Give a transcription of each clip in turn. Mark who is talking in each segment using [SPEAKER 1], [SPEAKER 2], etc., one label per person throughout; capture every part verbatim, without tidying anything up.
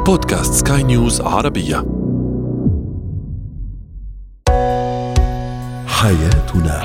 [SPEAKER 1] بودكاست سكاي نيوز عربية. حياتنا.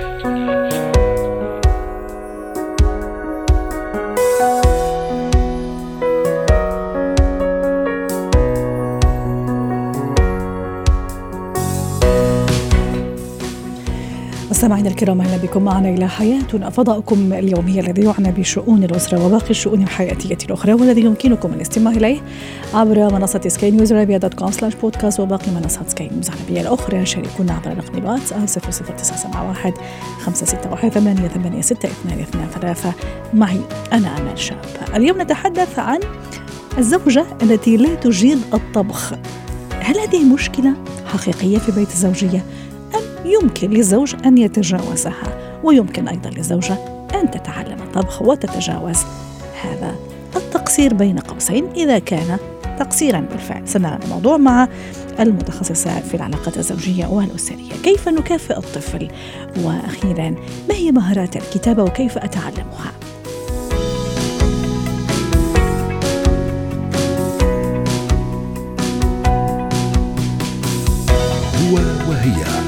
[SPEAKER 2] مستمعينا الكرام، اهلا بكم معنا الى حياتنا، فضاؤكم اليومي الذي يعنى بشؤون الاسره وباقي الشؤون الحياتيه الاخرى، والذي يمكنكم الاستماع اليه عبر منصه سكاي نيوز عربيه دوت كوم سلاش بودكاست وباقي منصات سكاي نيوز عربيه الاخرى. شاركونا عبر رقم الواتساب صفر صفر تسعة سبعة واحد خمسة ستة واحد ثمانية ثمانية ستة اثنان اثنان ثلاثة. معي انا امال شاب. اليوم نتحدث عن الزوجه التي لا تجيد الطبخ. هل هذه مشكله حقيقيه في بيت الزوجيه؟ يمكن للزوج أن يتجاوزها، ويمكن أيضا للزوجة أن تتعلم الطبخ وتتجاوز هذا التقصير بين قوسين إذا كان تقصيرا بالفعل. سنرى الموضوع مع المتخصصة في العلاقات الزوجية والأسرية. كيف نكافئ الطفل؟ وأخيرا، ما هي مهارات الكتابة وكيف أتعلمها؟
[SPEAKER 1] هو وهي.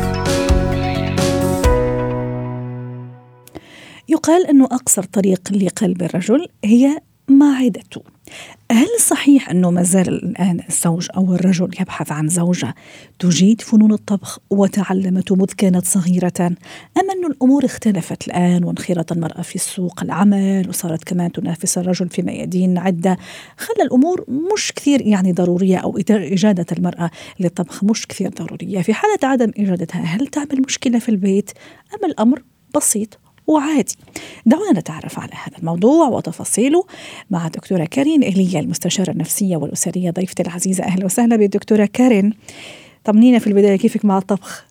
[SPEAKER 2] يقال أنه أقصر طريق لقلب الرجل هي معدته. هل صحيح أنه ما زال الآن الزوج أو الرجل يبحث عن زوجة تجيد فنون الطبخ وتعلمته مذ كانت صغيرة، أم أن الأمور اختلفت الآن وانخرط المرأة في سوق العمل وصارت كمان تنافس الرجل في ميادين عدة، خلى الأمور مش كثير يعني ضرورية، أو إجادة المرأة للطبخ مش كثير ضرورية؟ في حالة عدم إجادتها هل تعمل مشكلة في البيت أم الأمر بسيط وعادي؟ دعونا نتعرف على هذا الموضوع وتفاصيله مع دكتورة كارين إيليا، المستشارة النفسية والأسرية، ضيفتي العزيزة. أهلا وسهلا بالدكتورة كارين. طمنينا في البداية، كيفك مع الطبخ؟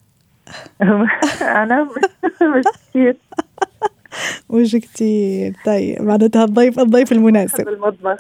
[SPEAKER 3] أنا مش كتير
[SPEAKER 2] مش كتير. طيب، معناتها الضيف الضيف المناسب
[SPEAKER 3] بالمطبخ.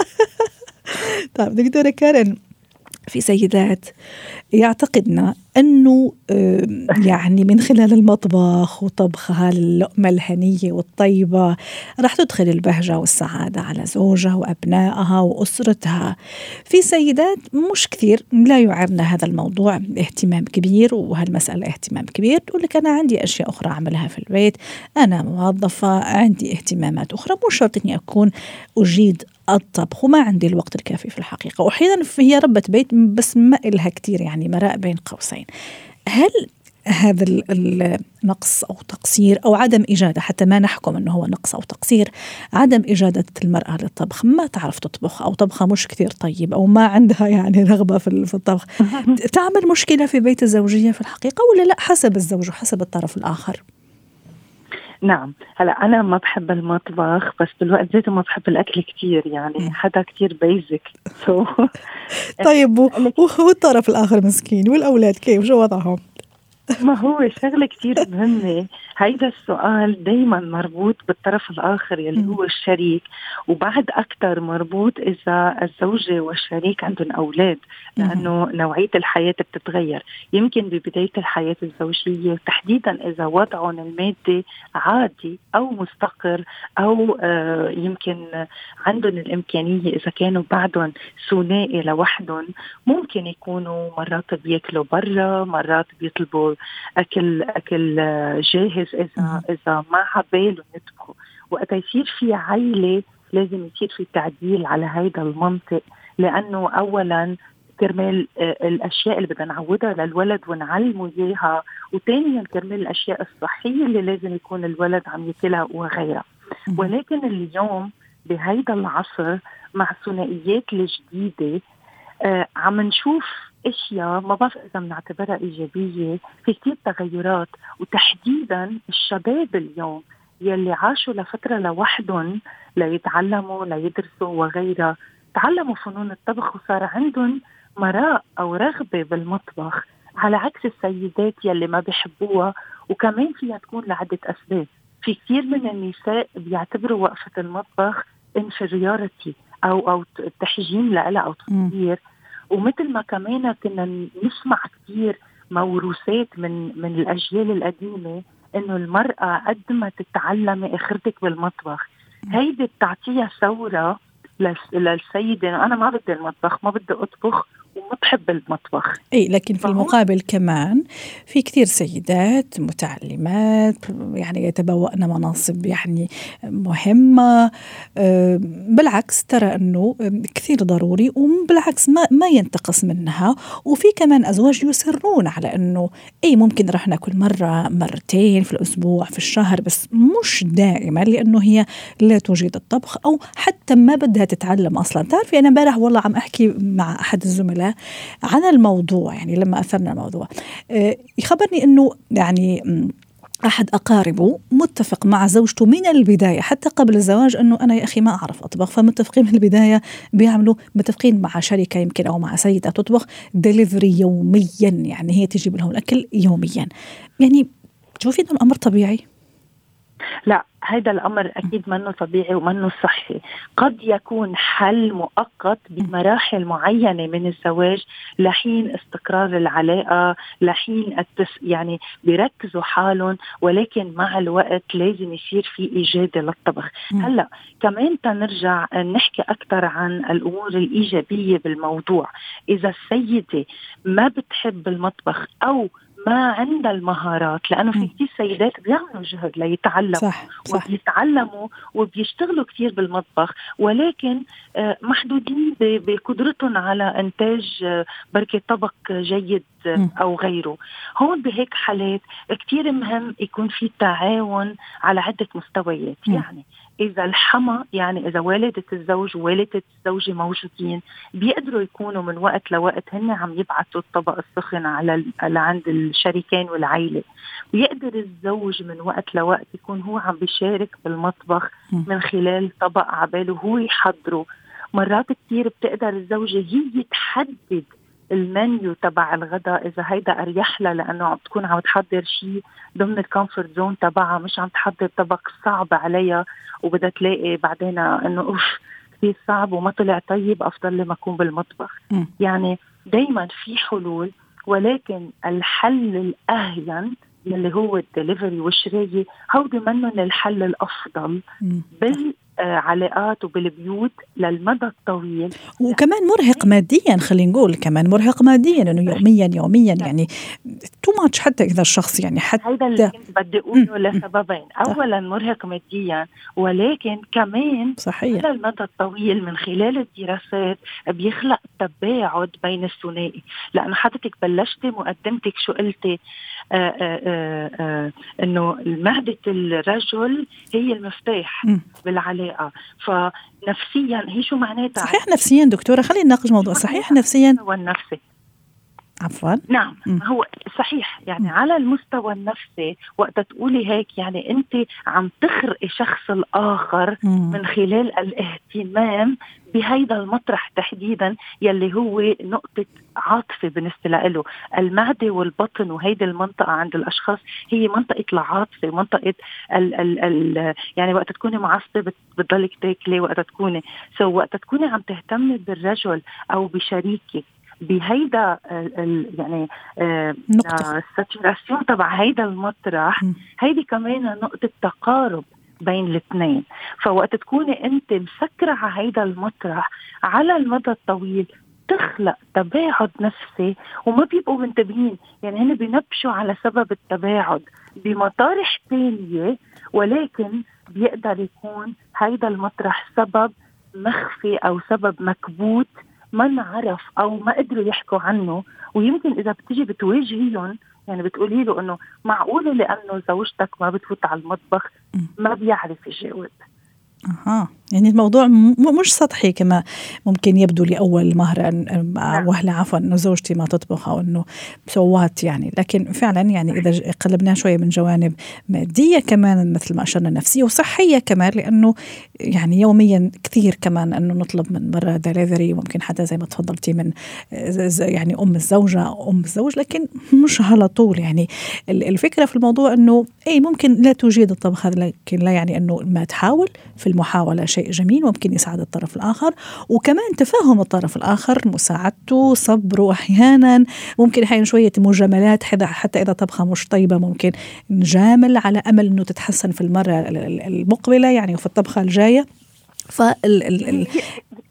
[SPEAKER 2] طيب دكتورة كارين، في سيدات يعتقدنا أنه يعني من خلال المطبخ وطبخها اللقمة الهنية والطيبة راح تدخل البهجة والسعادة على زوجها وأبنائها وأسرتها. في سيدات مش كثير لا يعرنا هذا الموضوع اهتمام كبير، وهالمسألة اهتمام كبير، تقول لك أنا عندي أشياء أخرى أعملها في البيت، أنا موظفة، عندي اهتمامات أخرى، مش شرط أني أكون أجيد الطبخ وما عندي الوقت الكافي في الحقيقة. وأحيانا هي ربة بيت بس ما إلها كتير يعني مراء بين قوسين. هل هذا النقص أو تقصير أو عدم إجادة، حتى ما نحكم أنه هو نقص أو تقصير، عدم إجادة المرأة للطبخ، ما تعرف تطبخ أو طبخها مش كتير طيب أو ما عندها يعني رغبة في الطبخ، تعمل مشكلة في بيت الزوجية في الحقيقة ولا لا؟ حسب الزوج وحسب الطرف الآخر.
[SPEAKER 3] نعم، هلا أنا ما بحب المطبخ، بس بالوقت ذاته ما بحب الأكل كتير، يعني حدا كتير بيزك. so
[SPEAKER 2] طيب والطرف الآخر مسكين والأولاد كيف شو وضعهم؟
[SPEAKER 3] ما هو شغلة كتير مهمة. هيدا السؤال دايما مربوط بالطرف الآخر يلي هو الشريك، وبعد أكتر مربوط إذا الزوجة والشريك عندهم أولاد، لأنه نوعية الحياة بتتغير. يمكن ببداية الحياة الزوجية تحديدا إذا وضعهم المادي عادي أو مستقر، أو آه يمكن عندهم الإمكانية إذا كانوا بعدهم ثنائي لوحدهم، ممكن يكونوا مرات بياكلوا برا، مرات بيطلبوا أكل أكل جاهز إذا إذا ما عبالهم يطبخوا. وقت يصير في عائلة لازم يصير في تعديل على هذا المنطق، لأنه أولاً كرمال الأشياء اللي بدنا نعودها للولد ونعلمه إياها، وثانياً كرمال الأشياء الصحية اللي لازم يكون الولد عم يأكلها وغيرها. ولكن اليوم بهيدا العصر مع الثنائيات الجديدة آه عم نشوف اشياء ما بعرف اذا بنعتبرها ايجابيه، في كثير تغيرات، وتحديدا الشباب اليوم يلي عاشوا لفتره لوحدهم ليتعلموا ليدرسوا وغيرها، تعلموا فنون الطبخ وصار عندهم مراء او رغبه بالمطبخ، على عكس السيدات يلي ما بيحبوها. وكمان فيها تكون لعده اسباب. في كثير من النساء بيعتبروا وقفه المطبخ inferiority او او تحجيم لها او تصغير. ومثل ما كمان كنا نسمع كثير موروثات من من الأجيال القديمة إنه المرأة قد ما تتعلم اخرتك بالمطبخ، هيدي بتعطيها ثورة للسيدة أنا ما بدي المطبخ، ما بدي أطبخ وما بحب المطبخ.
[SPEAKER 2] اي لكن في المقابل كمان في كثير سيدات متعلمات يعني يتبوأن مناصب يعني مهمة، بالعكس ترى أنه كثير ضروري وبالعكس ما, ما ينتقص منها. وفي كمان أزواج يصرون على أنه أي ممكن رح ناكل مرة مرتين في الأسبوع في الشهر بس مش دائما، لأنه هي لا تجيد الطبخ أو حتى ما بدها تتعلم أصلا. تعرفي أنا امبارح والله عم أحكي مع أحد الزملاء عن الموضوع، يعني لما أثرنا الموضوع يخبرني أنه يعني أحد أقاربه متفق مع زوجته من البداية حتى قبل الزواج أنه أنا يا أخي ما أعرف أطبخ، فمتفقين من البداية بيعملوا متفقين مع شركة يمكن أو مع سيدة تطبخ ديليفري يوميا، يعني هي تجيب لهم الأكل يوميا. يعني تشوفين أنه الأمر طبيعي؟
[SPEAKER 3] لا، هذا الأمر أكيد منه طبيعي ومنه صحي. قد يكون حل مؤقت بمراحل معينة من الزواج لحين استقرار العلاقة، لحين التس يعني بيركزوا حالهم، ولكن مع الوقت لازم يصير في إجادة للطبخ. هلأ كمان تنرجع نحكي أكتر عن الأمور الإيجابية بالموضوع. إذا السيدة ما بتحب المطبخ أو ما عندها المهارات، لأنه في كتير سيدات بيعملوا جهد ليتعلموا
[SPEAKER 2] صح صح.
[SPEAKER 3] وبيتعلموا وبيشتغلوا كتير بالمطبخ، ولكن محدودين بقدرتهم على إنتاج بركة طبق جيد أو غيره. هون بهيك حالات كتير مهم يكون في تعاون على عدة مستويات. م. يعني إذا الحما يعني إذا والدة الزوج ووالدة الزوجة موجودين بيقدروا يكونوا من وقت لوقت هن عم يبعثوا الطبق السخن على عند الشريكين والعائلة. بيقدر الزوج من وقت لوقت يكون هو عم بيشارك بالمطبخ من خلال طبق عباله هو يحضره. مرات كتير بتقدر الزوجة هي تحدد المنيو تبع الغداء إذا هيدا أريح لها، لأنه عم تكون عم تحضر شيء ضمن الكومفورت زون تبعها، مش عم تحضر طبق صعب عليها وبدها تلاقي بعدين إنه أوف كثير صعب وما طلع طيب، أفضل لما أكون بالمطبخ. م. يعني دايما في حلول، ولكن الحل الأهين اللي هو الدليفري والشراية هودي منهم الحل الأفضل بال علاقات وبالبيوت للمدى الطويل،
[SPEAKER 2] وكمان مرهق ماديا. خلينا نقول كمان مرهق ماديا انه يوميا يوميا يعني تو ماتش حتى اذا الشخص يعني حتى
[SPEAKER 3] هذا اللي كنت بدي اقوله لسببين. اولا مرهق ماديا، ولكن كمان
[SPEAKER 2] صحيح
[SPEAKER 3] على المدى الطويل من خلال الدراسات بيخلق تباعد بين الثنائي. لأنه حضرتك بلشتي مقدمتك شو قلتي آآ آآ آآ انه معدة الرجل هي المفتاح م. بالعلاقة. فنفسيا هي شو معناتها؟
[SPEAKER 2] صحيح نفسيا دكتورة، خلينا نناقش موضوع صحيح نفسيا
[SPEAKER 3] والنفسي.
[SPEAKER 2] عفوا
[SPEAKER 3] نعم م. هو صحيح يعني م. على المستوى النفسي وقت تقولي هيك يعني أنت عم تخرقي شخص الآخر م. من خلال الاهتمام بهيدا المطرح تحديدا يلي هو نقطة عاطفة بالنسبة له. المعدة والبطن وهيدي المنطقة عند الأشخاص هي منطقة العاطفة، منطقة ال ال ال يعني وقت تكوني معصبة بتضلك تاكلي، وقت تكوني سو وقت تكوني عم تهتمي بالرجل أو بشريكك بهيدا ال يعني الساتوراسيون تبع هيدا المطرح، هيدي كمان نقطة تقارب بين الاثنين. فوقت تكوني انت مسكرة على هيدا المطرح على المدى الطويل تخلق تباعد نفسي وما بيبقوا منتبهين. يعني هنا بينبشوا على سبب التباعد بمطارح تانية، ولكن بيقدر يكون هيدا المطرح سبب مخفي أو سبب مكبوت ما نعرف أو ما قدروا يحكوا عنه. ويمكن إذا بتيجي بتواجهيهم يعني بتقولي له إنه معقولة لأنه زوجتك ما بتفوت على المطبخ ما بيعرف يجاوب.
[SPEAKER 2] أها، يعني الموضوع م- مش سطحي كما ممكن يبدو لأول مهرة وهلة عفوا إنه زوجتي ما تطبخ أو إنه سوات يعني، لكن فعلا يعني إذا قلبناه شوية من جوانب مادية كمان مثل ما أشرنا نفسية وصحية كمان، لأنه يعني يوميا كثير كمان إنه نطلب من برا دليفري، ممكن حتى زي ما تفضلتي من يعني أم الزوجة أم الزوج، لكن مش على طول. يعني الفكرة في الموضوع إنه أي ممكن لا توجد الطبخ هذا، لكن لا يعني إنه ما تحاول في المحاولة شيء جميل ممكن يساعد الطرف الآخر، وكمان تفهم الطرف الآخر، مساعدته، صبره، أحيانا ممكن أحيانا شوية مجاملات حتى إذا طبخة مش طيبة ممكن نجامل على أمل أنه تتحسن في المرة المقبلة يعني وفي الطبخة الجاية. فال ال ال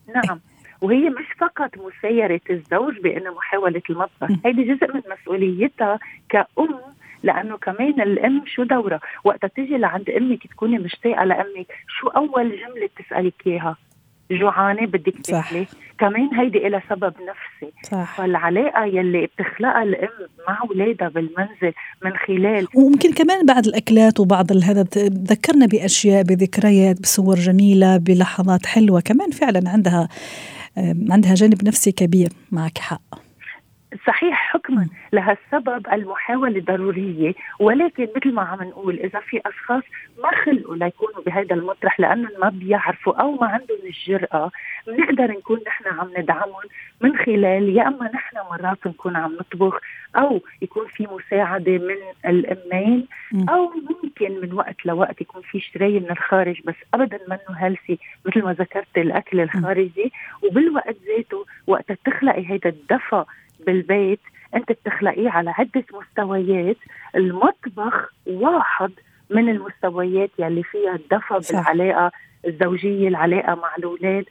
[SPEAKER 3] نعم. وهي مش فقط مسايرة الزوج بأنه محاولة المطبخ، هيدي جزء من مسؤوليتها كأم، لأنه كمان الأم شو دورة وقت تيجي لعند أمك تكوني مشتاقة لأمك، شو أول جملة تسألك إياها؟ جوعانة بدك تاكلي؟ كمان هيدي إلى سبب نفسي. صح. فالعلاقة يلي بتخلقها الأم مع أولادها بالمنزل من خلال،
[SPEAKER 2] وممكن كمان بعض الأكلات وبعض هذا تذكرنا بأشياء، بذكريات، بصور جميلة، بلحظات حلوة، كمان فعلا عندها عندها جانب نفسي كبير. معك حق.
[SPEAKER 3] صحيح. حكما لهالسبب المحاولة ضرورية، ولكن مثل ما عم نقول إذا في أشخاص ما خلقوا ليكونوا بهذا المطرح لأنهم ما بيعرفوا أو ما عندهم الجرأة، بنقدر نكون نحن عم ندعمهم من خلال يا أما نحن مرات نكون عم نطبخ، أو يكون في مساعدة من الأمين، أو ممكن من وقت لوقت يكون في شراي من الخارج، بس أبدا منه هلسي مثل ما ذكرت الأكل الخارجي. وبالوقت ذاته وقت تخلقي هذا الدفء بالبيت أنت بتخلقيه على عدة مستويات. المطبخ واحد من المستويات يلي فيها الدفء بالعلاقة الزوجية، العلاقة مع الأولاد،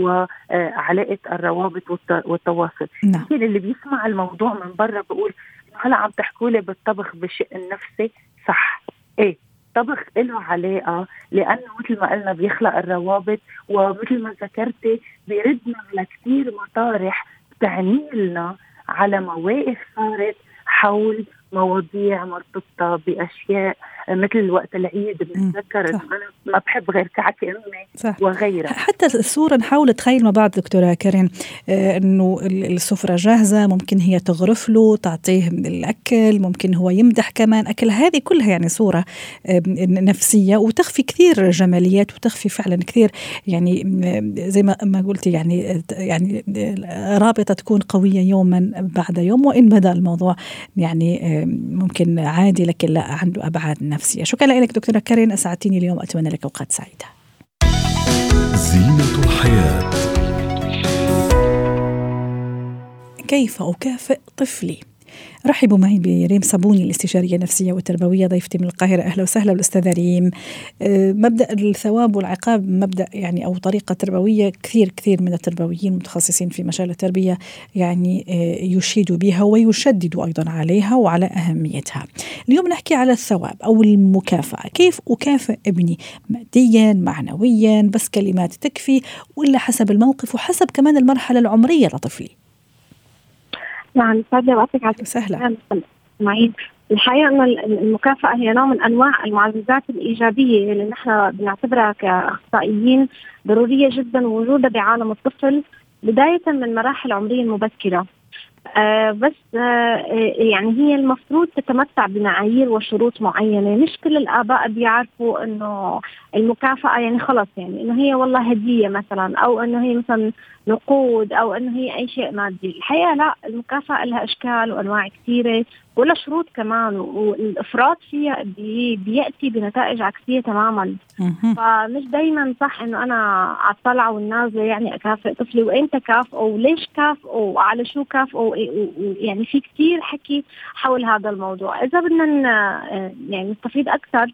[SPEAKER 3] وعلاقة الروابط والتواصل.
[SPEAKER 2] نعم.
[SPEAKER 3] اللي بيسمع الموضوع من برا بقول هلا عم تحكولي بالطبخ بالشيء النفسي. صح، ايه، طبخ له علاقة، لأنه مثل ما قلنا بيخلق الروابط، ومثل ما ذكرتي بيردنا على كثير مطارح تعني لنا على مواقف صارت حول مواضيع مرتبطة بأشياء مثل وقت العيد. بنتذكر أنا ما بحب غير كعكة أمي وغيرها.
[SPEAKER 2] حتى الصورة نحاول نتخيل مع بعض دكتورة كارين آه أنه السفرة جاهزة، ممكن هي تغرف له، تعطيه الأكل، ممكن هو يمدح كمان أكل. هذه كلها يعني صورة آه نفسية، وتخفي كثير جماليات، وتخفي فعلا كثير يعني زي ما ما قلتي يعني يعني رابطة تكون قوية يوما بعد يوم، وإن بدأ الموضوع يعني آه ممكن عادي لكن لا عنده أبعاد نفسية. شكرا لك دكتورة كارين، أسعدتيني اليوم، أتمنى لك أوقات سعيدة.
[SPEAKER 1] زينة الحياة. كيف
[SPEAKER 2] أكافئ طفلي؟ رحبوا معي بريم صابوني، الاستشارية النفسية والتربوية، ضيفتي من القاهرة. أهلا وسهلا بالأستاذة ريم. مبدأ الثواب والعقاب مبدأ يعني أو طريقة تربوية كثير كثير من التربويين متخصصين في مجال التربية يعني يشيدوا بها ويشددوا أيضا عليها وعلى أهميتها. اليوم نحكي على الثواب أو المكافأة. كيف أكافئ ابني ماديا معنويا؟ بس كلمات تكفي ولا حسب الموقف وحسب كمان المرحلة العمرية لطفلي؟
[SPEAKER 4] نعم، سعدة وقتك على
[SPEAKER 2] سهلة
[SPEAKER 4] معين. الحقيقة أن المكافأة هي نوع من أنواع المعززات الإيجابية اللي نحن بنعتبرها كأخصائيين ضرورية جدا وجودها بعالم الطفل بداية من مراحل عمرية مبكرة. آه بس آه يعني هي المفروض تتمتع بمعايير وشروط معينة. مش كل الآباء بيعرفوا إنه المكافأة يعني خلص يعني إنه هي والله هدية مثلا، أو إنه هي مثلا نقود، أو إنه هي أي شيء مادي. الحقيقة لا، المكافأة لها أشكال وأنواع كثيرة ولا شروط كمان، والإفراط فيها بي بيأتي بنتائج عكسية تماما. فمش دايما صح إنه أنا أطلع والنازلة يعني أكافئ طفلي، وإنت كافئه وليش كافئه وعلى شو كافئه. يعني في كتير حكي حول هذا الموضوع. إذا بدنا يعني نستفيد أكثر،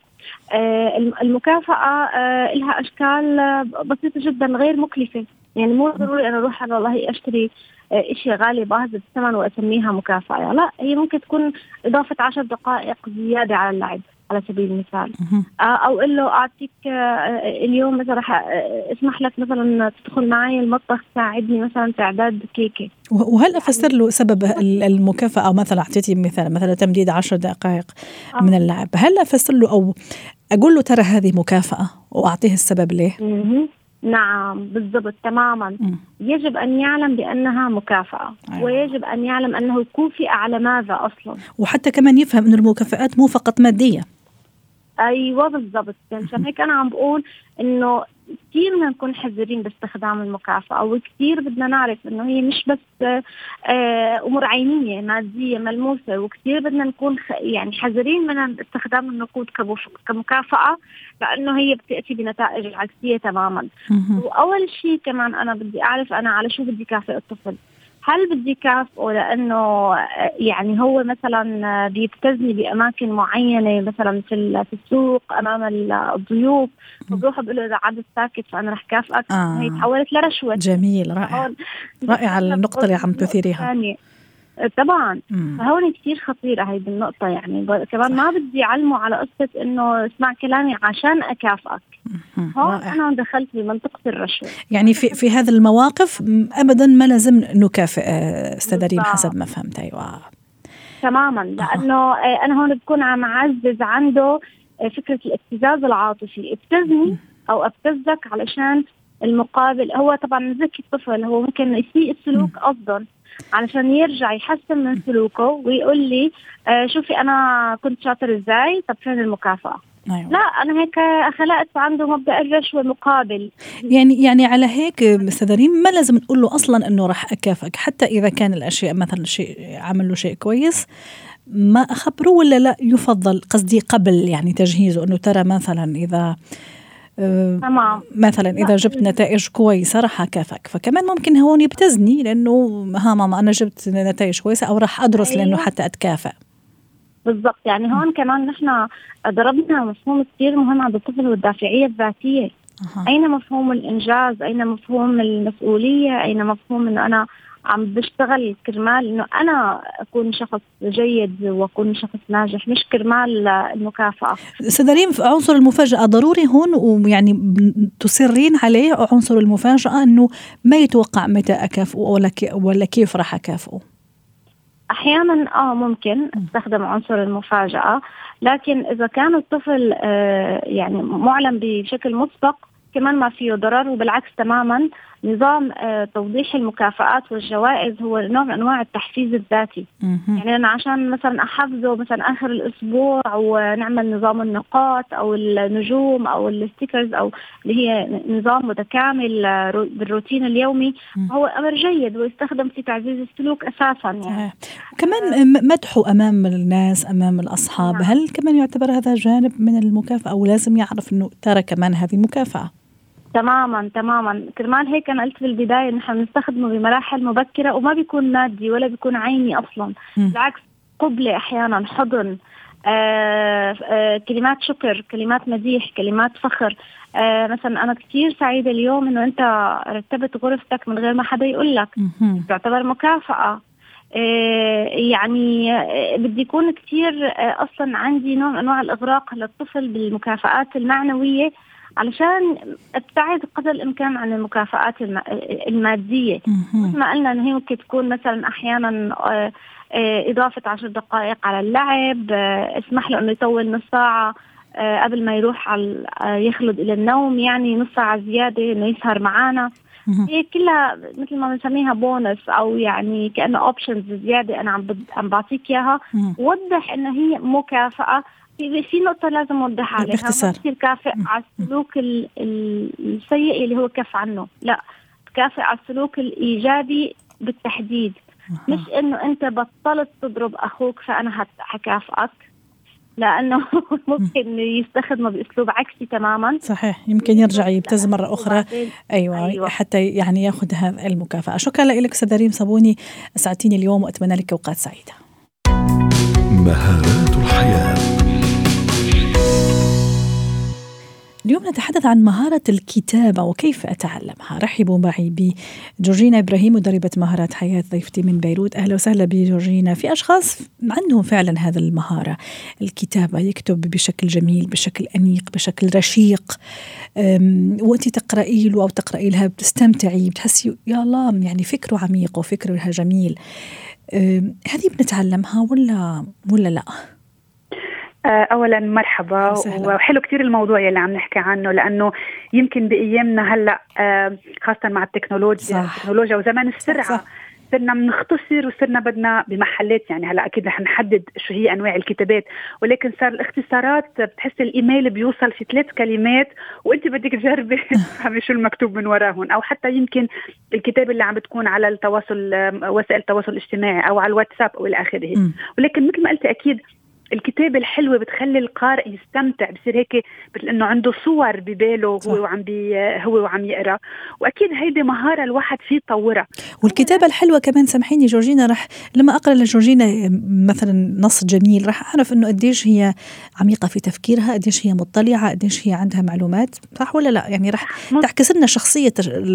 [SPEAKER 4] المكافأة لها أشكال بسيطة جدا غير مكلفة. يعني مو ضروري أنا أروح أنا والله أشتري إشي غالي باهظ الثمن وأسميها مكافأة. لا، هي ممكن تكون إضافة عشر دقائق زيادة على اللعب على سبيل المثال، أو إنه أعطيك اليوم مثلا رح اسمح لك مثلا تدخل معي المطبخ تساعدني مثلا في إعداد كيكة.
[SPEAKER 2] وهل أفسر له سبب المكافأة؟ مثلا أعطيتي مثال مثلا تمديد عشر دقائق من اللعب، هل أفسر له أو أقول له ترى هذه مكافأة وأعطيه السبب ليه؟
[SPEAKER 4] نعم بالضبط تماما. م. يجب أن يعلم بأنها مكافأة. أيوة. ويجب أن يعلم أنه يكافئ على ماذا أصلا،
[SPEAKER 2] وحتى كمان يفهم أن المكافآت مو فقط مادية.
[SPEAKER 4] أيوة بالضبط. عشان هيك أنا عم بقول إنه كثير بدنا نكون حذرين باستخدام المكافأة، وكثير بدنا نعرف إنه هي مش بس أمور عينية مادية ملموسة، وكثير بدنا نكون يعني حذرين من استخدام النقود كمكافأة، لأنه هي بتأتي بنتائج عكسية تماما. وأول شيء كمان أنا بدي أعرف أنا على شو بدي كافئ الطفل. هل بدي كافئه لأنه يعني هو مثلا بيبتزني بأماكن معينة مثلا في في السوق أمام الضيوف، فبروح بقول له إذا عدت ساكت فأنا رح كافئك.
[SPEAKER 2] آه.
[SPEAKER 4] هي تحولت لرشوة.
[SPEAKER 2] جميل، رائع رائع النقطة اللي عم تثيريها.
[SPEAKER 4] طبعا فهون كتير خطيرة هاي النقطة. يعني كمان ما بدي علمه على قصة إنه اسمع كلامي عشان أكافئك. هون أنا دخلت بمنطقة الرشوة.
[SPEAKER 2] يعني في في هذه المواقف أبدا ما لازم نكافئ أستاذ ريم حسب ما فهمت. أيوة
[SPEAKER 4] تماما، لأنه أنا هون بكون عم أعزز عنده فكرة الابتزاز العاطفي. ابتزني أو ابتزك علشان المقابل. هو طبعا ذكي الطفل، هو ممكن يسيء السلوك أفضل علشان يرجع يحسن من سلوكه ويقول لي آه شوفي أنا كنت شاطر إزاي، طب فين المكافأة؟ أيوة. لا أنا هيك خلقت عنده مبدأ الرشوة مقابل.
[SPEAKER 2] يعني يعني على هيك أستاذ ريم ما لازم نقول له أصلا إنه راح أكافئك، حتى إذا كان الأشياء مثلا شيء عمل له شيء كويس ما أخبره ولا لا يفضل، قصدي قبل يعني تجهيزه إنه ترى مثلا إذا
[SPEAKER 4] تمام.
[SPEAKER 2] مثلا إذا جبت نتائج كويسة راح أكافئك، فكمان ممكن هون يبتزني لأنه ها ماما أنا جبت نتائج كويسة أو راح أدرس لأنه حتى أتكافئ.
[SPEAKER 4] بالضبط. يعني هون كمان نحن ضربنا مفهوم كثير مهم عند الطفل والدافعية الذاتية. أه. أين مفهوم الإنجاز؟ أين مفهوم المسؤولية؟ أين مفهوم إنه أنا عم بشتغل كرمال إنه أنا أكون شخص جيد وأكون شخص ناجح، مش كرمال المكافأة.
[SPEAKER 2] أستاذ ريم عنصر المفاجأة ضروري هون، ويعني تصرين عليه عنصر المفاجأة إنه ما يتوقع متى أكافئه ولا ولا كيف راح أكافئه.
[SPEAKER 4] أحيانا آه ممكن استخدم عنصر المفاجأة، لكن إذا كان الطفل آه يعني معلم بشكل مسبق كمان ما فيه ضرر، وبالعكس تماما نظام آه توضيح المكافآت والجوائز هو نوع من أنواع التحفيز الذاتي. يعني أنا عشان مثلا أحفزه مثلا آخر الأسبوع ونعمل نظام النقاط أو النجوم أو الستيكرز أو اللي هي نظام متكامل بالروتين اليومي، هو أمر جيد ويستخدم في تعزيز السلوك أساسا. يعني
[SPEAKER 2] كمان مدحه أمام الناس أمام الأصحاب، نعم. هل كمان يعتبر هذا جانب من المكافأة أو لازم يعرف أنه ترى كمان هذه مكافأة؟
[SPEAKER 4] تماما تماما. كرمال هيك أنا قلت بالبداية نحن نستخدمه بمراحل مبكرة وما بيكون مادي ولا بيكون عيني أصلا. م. بالعكس قبلة أحيانا، حضن، آآ آآ كلمات شكر، كلمات مديح، كلمات فخر. مثلا أنا كتير سعيدة اليوم إنه أنت رتبت غرفتك من غير ما حدا يقول لك، تعتبر مكافأة. يعني بدي يكون كتير أصلا عندي نوع من أنواع الإغراق للطفل بالمكافآت المعنوية علشان ابتعد قدر الإمكان عن المكافآت المادية. مثل ما قلنا إن هي ممكن تكون مثلا أحيانا إضافة عشر دقائق على اللعب، اسمح له إنه يطول نص ساعة قبل ما يروح على يخلد إلى النوم، يعني نص ساعة زيادة إنه يسهر معانا. هي كلها مثل ما بنسميها بونس أو يعني كأنه أوبشنز زيادة أنا عم عم بعطيك إياها. وضح إن هي مكافأة. في نقطة لازم أوضح عليها، ما تصير كافئ على السلوك السيء اللي هو كف عنه، لا كافئ على السلوك الإيجابي بالتحديد. مش إنه أنت بطلت تضرب أخوك فأنا هكافئك، لأنه ممكن يستخدمه بأسلوب عكسي تماما.
[SPEAKER 2] صحيح، يمكن يرجع يبتز مرة أخرى. أيوة. أيوة حتى يعني يأخذ هذه المكافأة. شكرا لك أستاذة ريم صابوني، أسعدتيني اليوم وأتمنى لك أوقات سعيدة.
[SPEAKER 1] مهارات الحياة.
[SPEAKER 2] اليوم نتحدث عن مهارة الكتابة وكيف أتعلمها. رحبوا معي بجورجينا إبراهيم مدربة مهارات حياة، ضيفتي من بيروت. أهلا وسهلا بجورجينا. في أشخاص عندهم فعلا هذا المهارة، الكتابة، يكتب بشكل جميل، بشكل أنيق، بشكل رشيق، وأنت تقرأي له أو تقرأي لها بتستمتعي، بتحسي يا الله يعني فكره عميق وفكرها جميل. هذه بنتعلمها ولا ولا لا؟
[SPEAKER 5] أولا مرحبا، وحلو كتير الموضوع يلي عم نحكي عنه، لأنه يمكن بأيامنا هلأ خاصة مع التكنولوجيا صح. التكنولوجيا وزمان السرعة صح. صرنا بنختصر وصرنا بدنا بمحلات، يعني هلأ أكيد رح نحدد شو هي أنواع الكتابات، ولكن صار الاختصارات بتحس الإيميل بيوصل في ثلاث كلمات وأنت بدك تجربي تفهمي شو المكتوب من وراهن، أو حتى يمكن الكتاب اللي عم بتكون على التواصل وسائل التواصل الاجتماعي أو على الواتساب أو إلى آخره. ولكن مثل ما قلت أكيد الكتابة الحلوة بتخلي القارئ يستمتع، بصير هيك مثل إنه عنده صور بباله هو وعم بي هو وعم يقرأ. وأكيد هيدي مهارة الواحد فيه يطورها.
[SPEAKER 2] والكتابة الحلوة كمان، سامحيني جورجينا، رح لما أقرأ لجورجينا مثلا نص جميل رح أعرف إنه قديش هي عميقة في تفكيرها، قديش هي مطلعة، قديش هي عندها معلومات، صح ولا لا؟ يعني رح تعكس لنا شخصية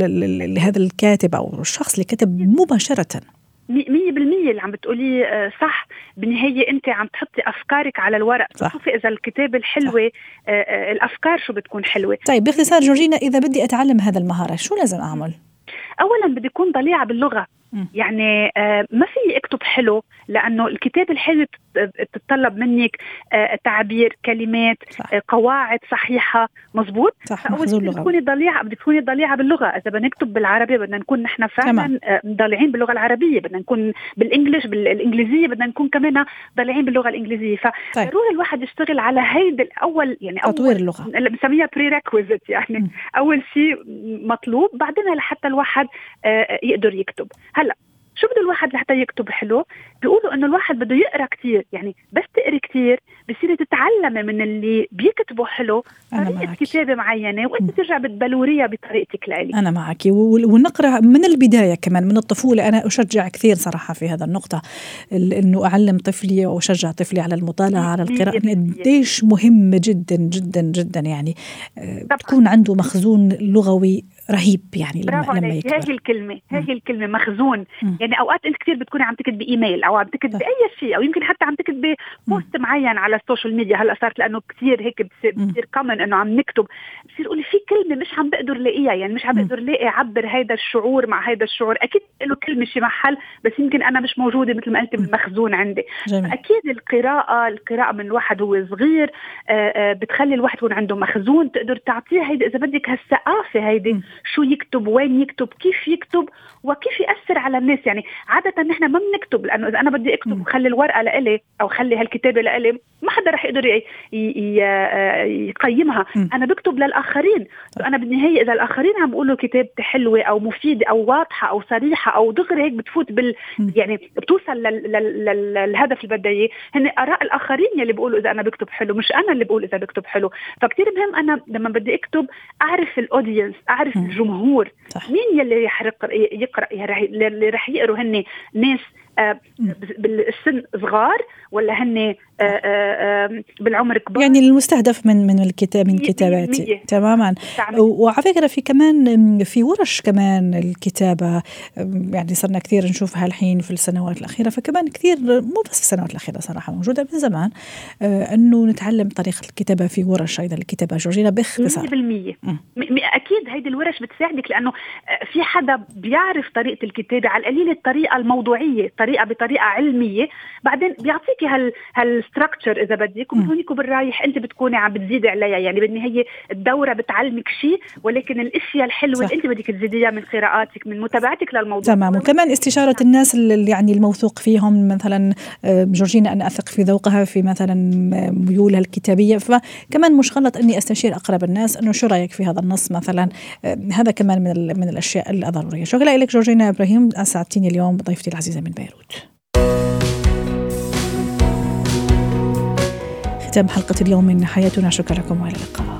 [SPEAKER 2] لهذا الكاتب أو الشخص اللي كتب مباشرة.
[SPEAKER 5] مية بالمية اللي عم بتقولي صح. بالنهاية أنت عم تحطي أفكارك على الورق، شوفي إذا الكتاب الحلوة الأفكار شو بتكون حلوة.
[SPEAKER 2] طيب باختصار جورجينا، إذا بدي أتعلم هذا المهارة شو لازم أعمل؟
[SPEAKER 5] أولا بدي أكون ضليعة باللغة. يعني ما في اكتب حلو، لأنه الكتاب الحلو تتطلب منك تعبير، كلمات، صح. قواعد صحيحة، مزبوط. فأول بدك تكوني ضليعة، بدك تكوني ضليعة باللغة. إذا بدنا نكتب بالعربي بدنا نكون نحن فعلا ضليعين باللغة العربية، بدنا نكون بالإنجليش بالإنجليزية بدنا نكون كمان ضليعين باللغة الإنجليزية. فضروري الواحد يشتغل على هيدا الأول، يعني
[SPEAKER 2] تطوير اللغة
[SPEAKER 5] اللي بنسميها prerequisite، يعني م. أول شيء مطلوب، بعدين لحتى الواحد يقدر يكتب. هلا شو بده الواحد لحتى يكتب حلو؟ بيقولوا انه الواحد بده يقرا كتير، يعني بس تقري كتير بصير تتعلمي من اللي بيكتبوا حلو طريقه كتابه معينه، وانت ترجع بتبلوريها بطريقتك لإلي.
[SPEAKER 2] انا معك، ونقرا من البدايه كمان من الطفوله. انا اشجع كثير صراحه في هذا النقطه، انه اعلم طفلي واشجع طفلي على المطالعه على القراءه. قديش مهمه جدا جدا جدا، يعني تكون عنده مخزون لغوي رهيب. يعني لما, لما يكبر.
[SPEAKER 5] هذه الكلمة هذه الكلمة مخزون. م. يعني أوقات أنت كتير بتكوني عم تكتب بإيميل أو عم تكتب بأي شيء، أو يمكن حتى عم تكتب ببوست معين على السوشيال ميديا. هلأ صارت لأنه كتير هيك بتصير كمان إنه عم نكتب، بصير قولي في كلمة مش عم بقدر لاقيها، يعني مش عم بقدر لاقي عبر هيدا الشعور مع هيدا الشعور. أكيد له كلمة شي محل، بس يمكن أنا مش موجودة مثل ما قلت بالمخزون عندي. أكيد القراءة القراءة من الواحد هو صغير آآ آآ بتخلي الواحد يكون عنده مخزون تقدر تعطيه هيدا إذا بدك هالثقافة هيدي م. شو يكتب، وين يكتب، كيف يكتب، وكيف يأثر على الناس. يعني عادة نحن ما بنكتب، لأنه إذا أنا بدي أكتب وخلي الورقة لإلي أو خلي هالكتابة لإلي ما حدا رح يقدر يقيمها. م. أنا بكتب للآخرين. أنا بالنهاية إذا الآخرين عم بيقولوا كتابتي حلوة أو مفيدة أو واضحة أو صريحة أو دغري هيك بتفوت بال م. يعني بتوصل لل... لل... لل... للهدف اللي بدي إياه، هن آراء الآخرين يلي بيقولوا إذا أنا بكتب حلو، مش أنا اللي بقول إذا بكتب حلو. فكتير مهم أنا لما بدي أكتب أعرف الأودينس، أعرف م. الجمهور، صح. مين يلي رح يقرأ، اللي رح يقروا هن ناس آه بالسن صغار ولا هن آه آه بالعمر كبار.
[SPEAKER 2] يعني المستهدف من من الكتاب من كتاباتي تماما. وعلى فكرة في كمان في ورش كمان الكتابة، يعني صرنا كثير نشوفها الحين في السنوات الأخيرة، فكمان كثير مو بس في السنوات الأخيرة صراحة موجودة من زمان آه أنه نتعلم طريقة الكتابة في ورش أيضا الكتابة. جورجينا باختصار
[SPEAKER 5] مية بالمية أكيد هيدي الورش بتساعدك، لأنه في حدا بيعرف طريقة الكتابة على القليل الطريقة الموضوعية، طريقة بطريقة علمية، بعدين بيعطيكي هال هالستراكتشر إذا بدك، وهونيك بالرايح أنت بتكوني عم بتزيدي عليها. يعني بالنهاية الدورة بتعلمك شيء، ولكن الأشياء الحلوة اللي أنت بدك تزيديها من قراءاتك من متابعتك للموضوع.
[SPEAKER 2] تمام. وكمان استشارة الناس اللي يعني الموثوق فيهم، مثلا جورجينا أنا أثق في ذوقها في مثلا ميولها الكتابية، فكمان مش غلط أني أستشير أقرب الناس أنه شو رأيك في هذا النص مثلا. هذا كمان من من الأشياء الضرورية. شكرا لك جورجينا إبراهيم، أسعدتيني اليوم ضيفتي العزيزة من بيروت. ختام حلقة اليوم من حياتنا، شكرا لكم وإلى اللقاء.